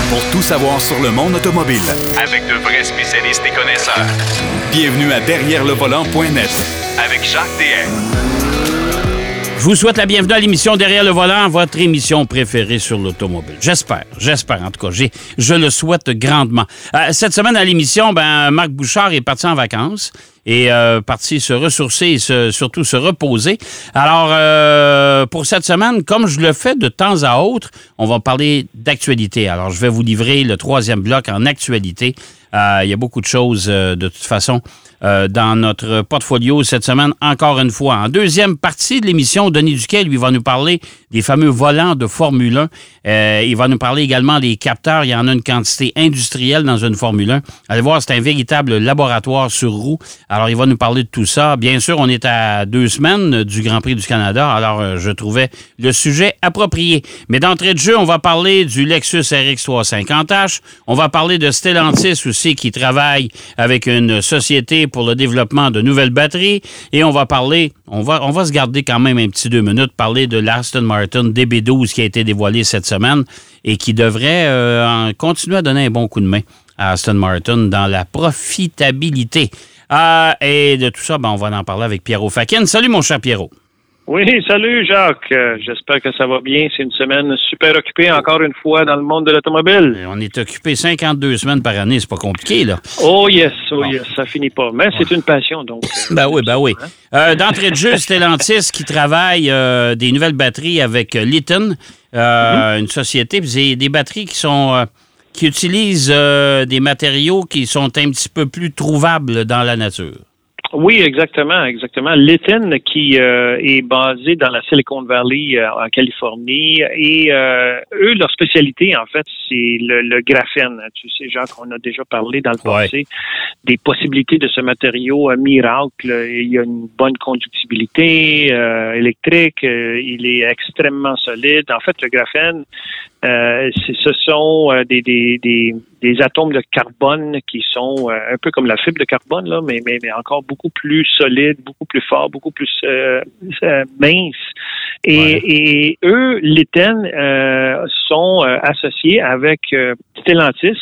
pour tout savoir sur le monde automobile. Avec de vrais spécialistes et connaisseurs. Bienvenue à DerrièreLeVolant.net avec Jacques DM. Je vous souhaite la bienvenue à l'émission Derrière le volant, votre émission préférée sur l'automobile. J'espère en tout cas. Je le souhaite grandement. Cette semaine à l'émission, Marc Bouchard est parti en vacances et parti se ressourcer et surtout se reposer. Alors, pour cette semaine, comme je le fais de temps à autre, on va parler d'actualité. Alors, je vais vous livrer le troisième bloc en actualité. Il y a beaucoup de choses, de toute façon, dans notre portfolio cette semaine, encore une fois. En deuxième partie de l'émission, Denis Duquet, lui, va nous parler des fameux volants de Formule 1. Il va nous parler également des capteurs. Il y en a une quantité industrielle dans une Formule 1. Allez voir, c'est un véritable laboratoire sur roue. Alors, il va nous parler de tout ça. Bien sûr, on est à 2 semaines du Grand Prix du Canada. Alors, je trouvais le sujet approprié. Mais d'entrée de jeu, on va parler du Lexus RX 350H. On va parler de Stellantis aussi, qui travaille avec une société pour le développement de nouvelles batteries. Et on va parler, on va se garder quand même un petit 2 minutes, parler de l'Aston Martin DB12 qui a été dévoilé cette semaine et qui devrait continuer à donner un bon coup de main à Aston Martin dans la profitabilité. Et de tout ça, on va en parler avec Pierrot Fakin. Salut mon cher Pierrot. Oui, salut Jacques. J'espère que ça va bien. C'est une semaine super occupée encore une fois dans le monde de l'automobile. On est occupé 52 semaines par année, c'est pas compliqué là. Oh yes, ça finit pas. Mais c'est une passion donc. Ben oui. D'entrée de jeu, Stellantis qui travaille des nouvelles batteries avec Lyten, une société, puis c'est des batteries qui utilisent des matériaux qui sont un petit peu plus trouvables dans la nature. Oui, exactement. Lyten qui est basé dans la Silicon Valley en Californie et eux, leur spécialité, en fait, c'est le graphène. Tu sais, Jacques, on a déjà parlé dans le passé des possibilités de ce matériau miracle. Il y a une bonne conductibilité électrique, il est extrêmement solide. En fait, le graphène, ce sont des atomes de carbone qui sont un peu comme la fibre de carbone, là, mais encore beaucoup plus solides, beaucoup plus forts, beaucoup plus minces. Et eux, Lyten, sont associés avec Stellantis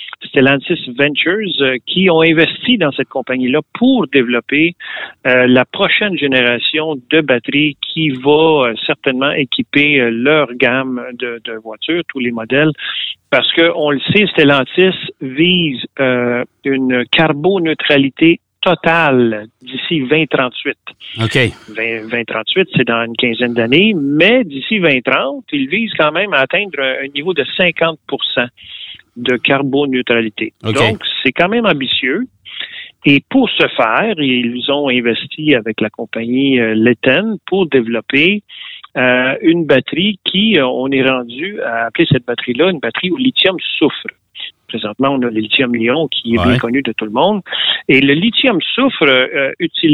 Ventures, qui ont investi dans cette compagnie-là pour développer la prochaine génération de batteries qui va certainement équiper leur gamme de voitures, tous les modèles. Parce que on le sait, Stellantis vise une carboneutralité totale d'ici 2038. OK. 2038, c'est dans une quinzaine d'années, mais d'ici 2030, ils visent quand même à atteindre un niveau de 50% de carboneutralité. Okay. Donc, c'est quand même ambitieux. Et pour ce faire, ils ont investi avec la compagnie Lyten pour développer une batterie qui, on est rendu à appeler cette batterie-là une batterie au lithium-soufre. Présentement, on a le lithium-ion qui est bien connu de tout le monde. Et le lithium-soufre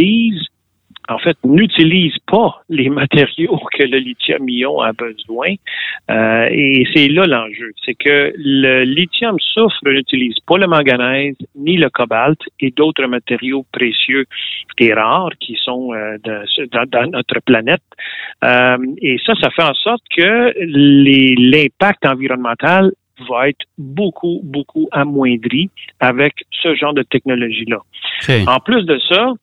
n'utilise pas les matériaux que le lithium-ion a besoin. Et c'est là l'enjeu. C'est que le lithium-soufre n'utilise pas le manganèse ni le cobalt et d'autres matériaux précieux et rares qui sont dans notre planète. Et ça fait en sorte que l'impact environnemental va être beaucoup, beaucoup amoindri avec ce genre de technologie-là. Okay. En plus de ça,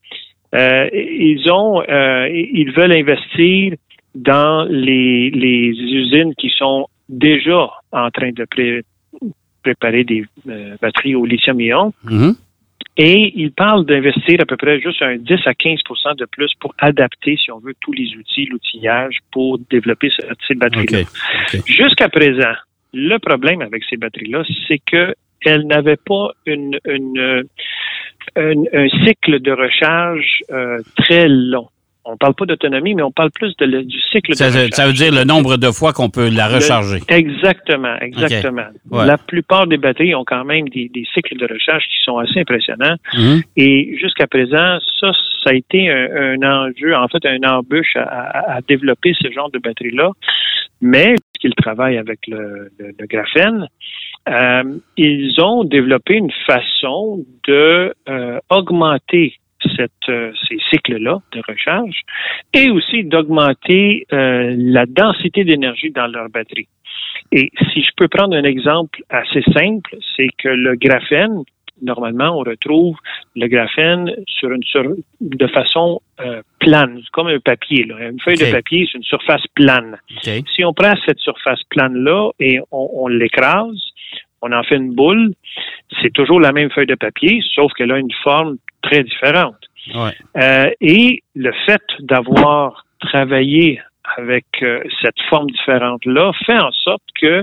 ils veulent investir dans les usines qui sont déjà en train de préparer des batteries au lithium-ion. Mm-hmm. Et ils parlent d'investir à peu près juste un 10 à 15% de plus pour adapter, si on veut, tous les outils, l'outillage pour développer ces batteries-là. Okay. Jusqu'à présent, le problème avec ces batteries-là, c'est qu'elles n'avaient pas un cycle de recharge très long. On ne parle pas d'autonomie, mais on parle plus du cycle de recharge. Ça veut dire le nombre de fois qu'on peut la recharger. Exactement. Okay. Ouais. La plupart des batteries ont quand même des cycles de recharge qui sont assez impressionnants. Mm-hmm. Et jusqu'à présent, ça a été un enjeu, en fait, un embûche à développer ce genre de batterie-là. Mais, puisqu'ils travaillent avec le graphène, ils ont développé une façon de augmenter ces cycles-là de recharge et aussi d'augmenter la densité d'énergie dans leur batterie. Et si je peux prendre un exemple assez simple, c'est que le graphène, normalement, on retrouve le graphène de façon plane, comme un papier. Là. Une feuille de papier, c'est une surface plane. Okay. Si on prend cette surface plane-là et on l'écrase, on en fait une boule, c'est toujours la même feuille de papier, sauf qu'elle a une forme très différente. Ouais. Et le fait d'avoir travaillé avec cette forme différente-là, fait en sorte que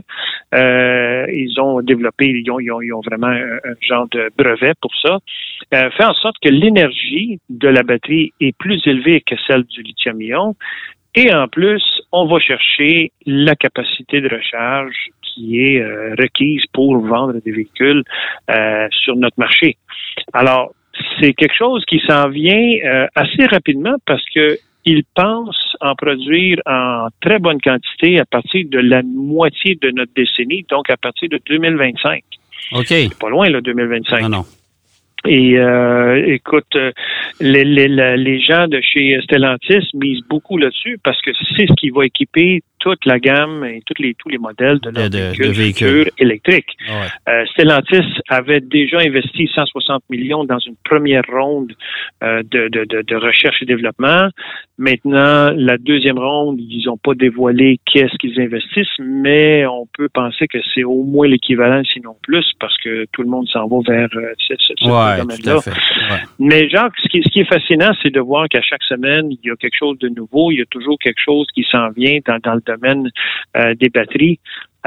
ils ont développé, ils ont vraiment un genre de brevet pour ça, fait en sorte que l'énergie de la batterie est plus élevée que celle du lithium-ion. Et en plus, on va chercher la capacité de recharge qui est requise pour vendre des véhicules sur notre marché. Alors, c'est quelque chose qui s'en vient assez rapidement parce que ils pensent en produire en très bonne quantité à partir de la moitié de notre décennie, donc à partir de 2025. OK. C'est pas loin, là, 2025. Non. Et écoute, les gens de chez Stellantis misent beaucoup là-dessus parce que c'est ce qui va équiper toute la gamme et tous les modèles de leurs véhicules électriques. Ouais. Stellantis avait déjà investi 160 millions dans une première ronde de recherche et développement. Maintenant, la deuxième ronde, ils n'ont pas dévoilé qu'est-ce qu'ils investissent, mais on peut penser que c'est au moins l'équivalent, sinon plus, parce que tout le monde s'en va vers ce domaine-là. Ouais. Mais Jacques, ce qui est fascinant, c'est de voir qu'à chaque semaine, il y a quelque chose de nouveau, il y a toujours quelque chose qui s'en vient dans le domaine des batteries.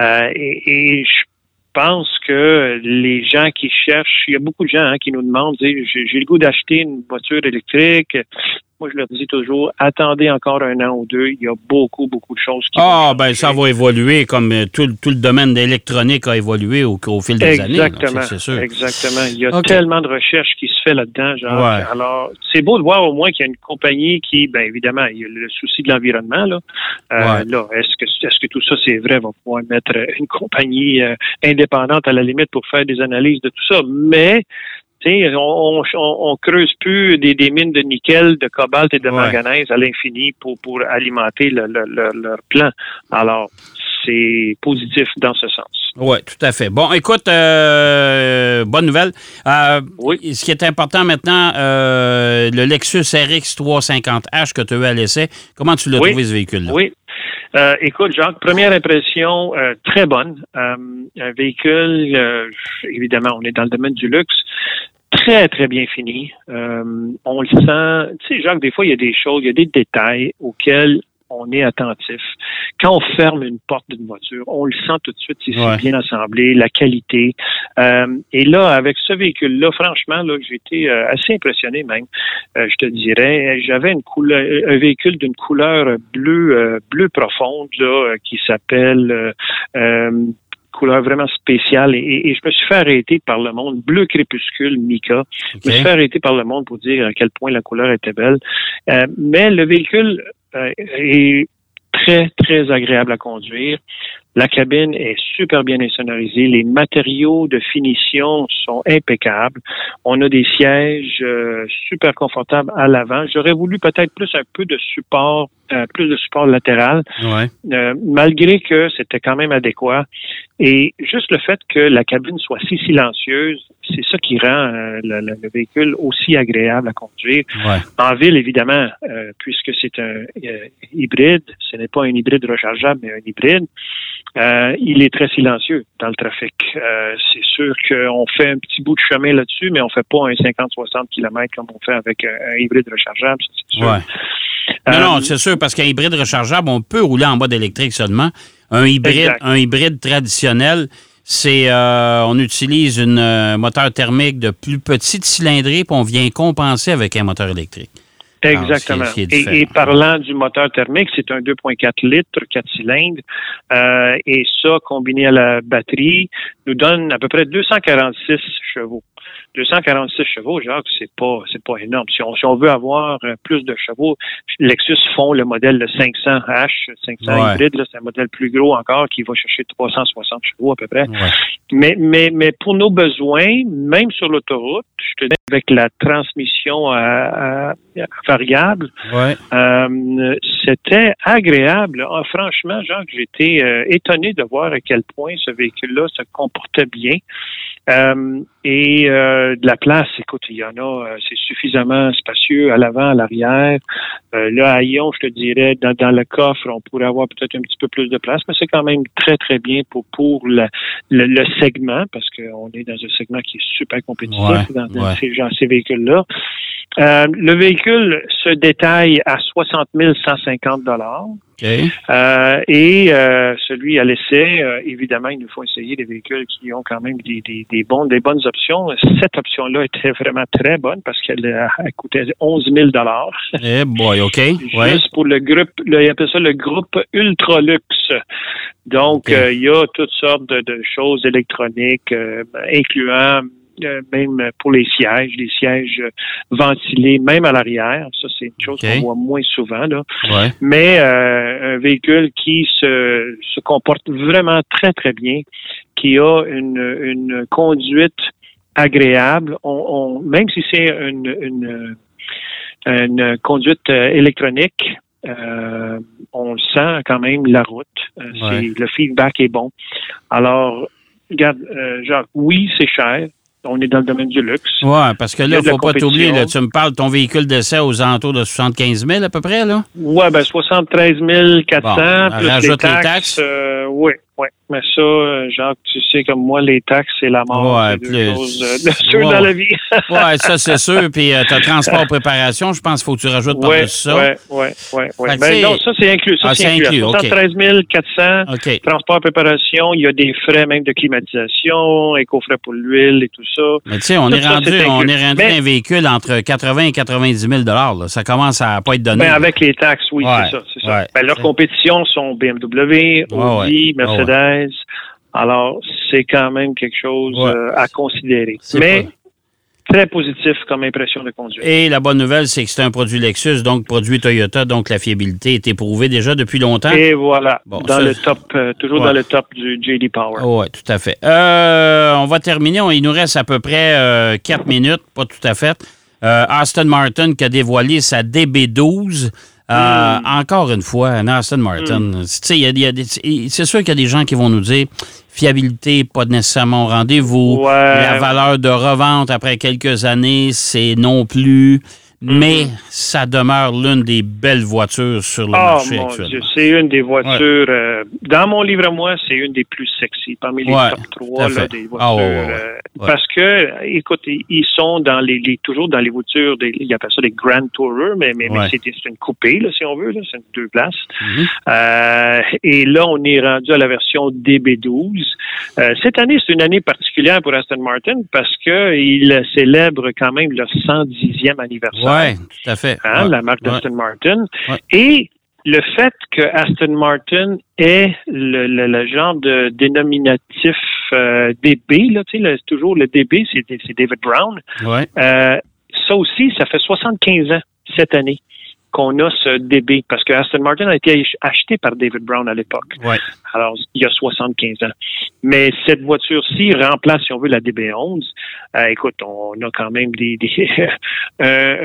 Et je pense que les gens qui cherchent, il y a beaucoup de gens qui nous demandent, j'ai le goût d'acheter une voiture électrique. Moi, je leur dis toujours, attendez encore un an ou deux. Il y a beaucoup de choses qui vont changer. Ça va évoluer comme tout le domaine de l'électronique a évolué au fil des années. Exactement, c'est sûr. Exactement. Il y a tellement de recherche qui se fait là-dedans. Genre. Ouais. Alors, c'est beau de voir au moins qu'il y a une compagnie qui, bien évidemment, il y a le souci de l'environnement. Là, là est-ce que tout ça, c'est vrai? On va pouvoir mettre une compagnie indépendante à la limite pour faire des analyses de tout ça. Mais on creuse plus des mines de nickel, de cobalt et de manganèse à l'infini pour alimenter leur plan. Alors, c'est positif dans ce sens. Oui, tout à fait. Bon, écoute, bonne nouvelle. Oui. Ce qui est important maintenant, le Lexus RX 350H que tu as eu à l'essai, comment tu l'as trouvé ce véhicule-là? Oui. Écoute, Jacques, première impression, très bonne. Un véhicule, évidemment, on est dans le domaine du luxe, très, très bien fini. On le sent, tu sais, Jacques, des fois, il y a des choses, il y a des détails auxquels on est attentif. Quand on ferme une porte d'une voiture, on le sent tout de suite si c'est bien assemblé, la qualité. Et là, avec ce véhicule-là, franchement, là, j'ai été assez impressionné même, je te dirais. J'avais un véhicule d'une couleur bleu profonde là, qui s'appelle couleur vraiment spéciale et je me suis fait arrêter par le monde, bleu crépuscule Mica. Je me suis fait arrêter par le monde pour dire à quel point la couleur était belle. Mais le véhicule est très, très agréable à conduire. La cabine est super bien insonorisée. Les matériaux de finition sont impeccables. On a des sièges super confortables à l'avant. J'aurais voulu peut-être un peu de support, plus de support latéral, malgré que c'était quand même adéquat. Et juste le fait que la cabine soit si silencieuse, c'est ça qui rend le véhicule aussi agréable à conduire. En ville, évidemment, puisque c'est un hybride, ce n'est pas un hybride rechargeable, mais un hybride, il est très silencieux dans le trafic. C'est sûr qu'on fait un petit bout de chemin là-dessus, mais on fait pas un 50-60 km comme on fait avec un hybride rechargeable, c'est sûr. Non, c'est sûr, parce qu'un hybride rechargeable, on peut rouler en mode électrique seulement. Un hybride traditionnel, c'est on utilise un moteur thermique de plus petite cylindrée, puis on vient compenser avec un moteur électrique. Exactement. Et parlant du moteur thermique, c'est un 2,4 litres, 4 cylindres. Et ça, combiné à la batterie, nous donne à peu près 246 chevaux. 246 chevaux, Jacques, c'est pas énorme. Si on veut avoir plus de chevaux, Lexus font le modèle de 500H, 500 hybride, là, c'est un modèle plus gros encore qui va chercher 360 chevaux à peu près. Ouais. Mais pour nos besoins, même sur l'autoroute, je te dis avec la transmission à variable, c'était agréable. Ah, franchement, Jacques, j'étais étonné de voir à quel point ce véhicule-là se comportait bien. De la place, écoute, il y en a, c'est suffisamment spacieux à l'avant, à l'arrière. Là, à Lyon, je te dirais, dans le coffre, on pourrait avoir peut-être un petit peu plus de place, mais c'est quand même très, très bien pour le segment, parce qu'on est dans un segment qui est super compétitif dans ces véhicules-là. Le véhicule se détaille à 60 150 $. Okay. Celui à l'essai, évidemment, il nous faut essayer des véhicules qui ont quand même des bonnes options. Cette option-là était vraiment très bonne parce qu'elle coûtait 11 000 $. Eh boy, OK. Juste pour le groupe, il appelle ça le groupe Ultralux. Donc, il y a toutes sortes de choses électroniques, incluant même pour les sièges ventilés, même à l'arrière. Ça, c'est une chose qu'on voit moins souvent, là. Ouais. Mais un véhicule qui se comporte vraiment très, très bien, qui a une conduite agréable. Même si c'est une conduite électronique, on le sent quand même, la route. Le feedback est bon. Alors, regarde, Jacques, oui, c'est cher. On est dans le domaine du luxe. Oui, parce que là, il ne faut pas t'oublier, là, tu me parles de ton véhicule d'essai aux alentours de 75 000 à peu près, là? Oui, 73 400, plus les taxes. Oui. Mais ça, Jacques, tu sais comme moi, les taxes, c'est la mort. C'est deux choses sûres dans la vie. Oui, ça, c'est sûr. Puis, tu as transport préparation, je pense qu'il faut que tu rajoutes par-dessus ça. Oui. Ben, non, ça, c'est inclus. Ça, c'est inclus. 73 400, transport préparation, il y a des frais même de climatisation, éco-frais pour l'huile et tout ça. Mais tu sais, on est rendu un véhicule entre 80 et 90 000 $. Ça commence à pas être donné. Ben, avec les taxes, oui, c'est ça. Ben, leurs compétitions sont BMW, Audi, Mercedes. Alors, c'est quand même quelque chose à considérer. Mais très positif comme impression de conduite. Et la bonne nouvelle, c'est que c'est un produit Lexus, donc produit Toyota, donc la fiabilité est éprouvée déjà depuis longtemps. Et voilà, le top, toujours dans le top du J.D. Power. Oui, tout à fait. On va terminer. Il nous reste à peu près 4 minutes, pas tout à fait. Aston Martin qui a dévoilé sa DB12. Encore une fois, un Aston Martin. C'est sûr qu'il y a des gens qui vont nous dire fiabilité, pas nécessairement au rendez-vous. La valeur de revente après quelques années, c'est non plus. Mais ça demeure l'une des belles voitures sur le marché actuellement. Dieu, c'est une des voitures, dans mon livre à moi, c'est une des plus sexy, parmi les top 3 des voitures. Parce que, écoute, ils sont dans toujours dans les voitures, ils appellent ça des Grand Tourer, mais c'est une coupée, là, si on veut, là, c'est 2 places. Et là, on est rendu à la version DB12. Cette année, c'est une année particulière pour Aston Martin parce qu'ils célèbrent quand même leur 110e anniversaire. Oui, tout à fait. La marque d'Aston Martin. Ouais. Et le fait que Aston Martin ait le genre de dénominatif DB, là, tu sais, toujours le DB, c'est David Brown. Ouais. Ça aussi, ça fait 75 ans cette année qu'on a ce DB, parce que Aston Martin a été acheté par David Brown à l'époque. Ouais. Alors, il y a 75 ans. Mais cette voiture-ci remplace, si on veut, la DB11. Écoute, on a quand même un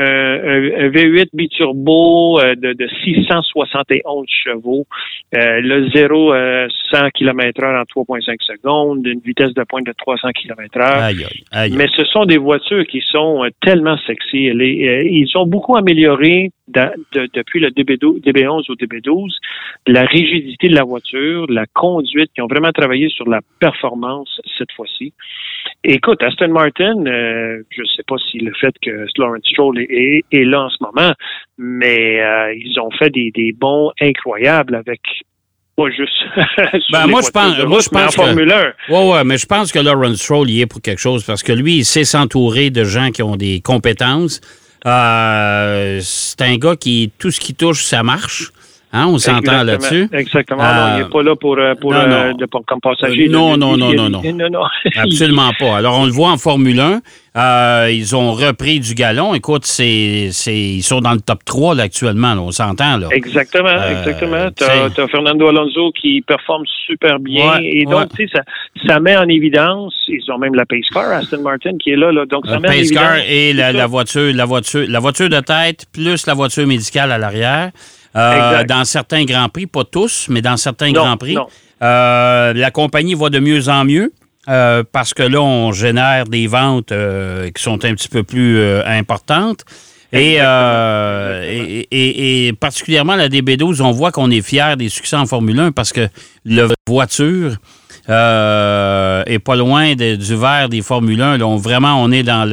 V8 biturbo de 671 chevaux, le 0-100 km/h en 3,5 secondes, une vitesse de pointe de 300 km/h. Mais ce sont des voitures qui sont tellement sexy. Ils ont beaucoup amélioré depuis le DB11 au DB12, la rigidité de la voiture, la conduite, qui ont vraiment travaillé sur la performance cette fois-ci. Écoute, Aston Martin, je ne sais pas si le fait que Lawrence Stroll est là en ce moment, mais ils ont fait des bons incroyables avec pas juste moi je pense Formule 1. Ouais, mais je pense que Lawrence Stroll y est pour quelque chose parce que lui, il sait s'entourer de gens qui ont des compétences. C'est un gars qui, tout ce qui touche, ça marche. Hein, on s'entend là-dessus. Exactement. Non, il n'est pas là comme passager. Non. Absolument pas. Alors, on le voit en Formule 1. Ils ont repris du galon. Écoute, ils sont dans le top 3 là, actuellement. Là, on s'entend. Là. Exactement. Tu as Fernando Alonso qui performe super bien. Et donc, tu sais, ça met en évidence, ils ont même la Pace Car, Aston Martin, qui est là. Donc, ça met en évidence. Pace Car et la voiture de tête plus la voiture médicale à l'arrière. Dans certains Grands Prix, pas tous, mais dans certains Grands Prix, la compagnie va de mieux en mieux parce que là, on génère des ventes qui sont un petit peu plus importantes. Et particulièrement la DB12, on voit qu'on est fiers des succès en Formule 1 parce que la voiture est pas loin du verre des Formule 1. Là, on est dans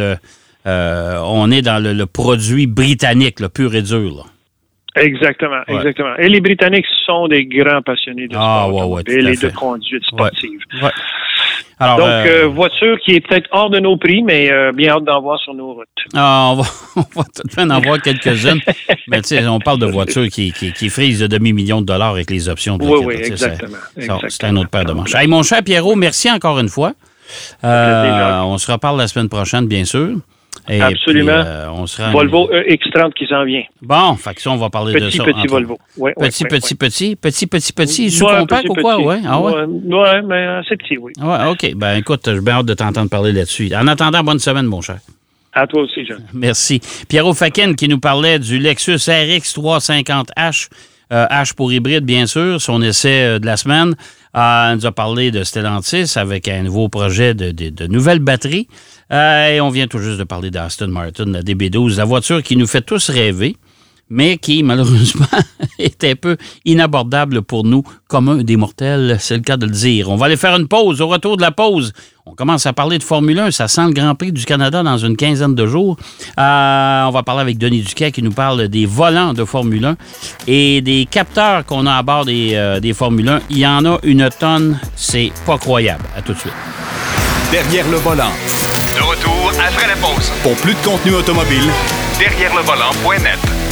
le produit britannique, là, pur et dur. Là. Exactement. Et les Britanniques sont des grands passionnés de sport automobile et de conduite sportive. Ouais. Alors, donc, voiture qui est peut-être hors de nos prix, mais bien hâte d'en voir sur nos routes. On va tout de même en voir quelques-unes. Mais tu sais, on parle de voitures qui frisent de demi-million de dollars avec les options. Oui, exactement. C'est un autre paire de manches. Hey, mon cher Pierrot, merci encore une fois. On se reparle la semaine prochaine, bien sûr. Et absolument. Puis, Volvo X30 qui s'en vient. Bon, fait que ça, on va parler de ça. Petit Volvo. Petit, sous-compact ou quoi? Oui, mais assez petit, oui. Ouais, OK. Ben écoute, j'ai bien hâte de t'entendre parler là-dessus. En attendant, bonne semaine, mon cher. À toi aussi, John. Merci. Pierrot Faken qui nous parlait du Lexus RX 350H. H pour hybride, bien sûr, son essai de la semaine. Il nous a parlé de Stellantis avec un nouveau projet de nouvelles batteries. Et on vient tout juste de parler d'Aston Martin, la DB12, la voiture qui nous fait tous rêver, mais qui, malheureusement, est un peu inabordable pour nous, communs des mortels, c'est le cas de le dire. On va aller faire une pause. Au retour de la pause, on commence à parler de Formule 1. Ça sent le Grand Prix du Canada dans une quinzaine de jours. On va parler avec Denis Duquet qui nous parle des volants de Formule 1 et des capteurs qu'on a à bord des Formule 1. Il y en a une tonne. C'est pas croyable. À tout de suite. Derrière le volant. De retour après la pause. Pour plus de contenu automobile, derrière le volant.net.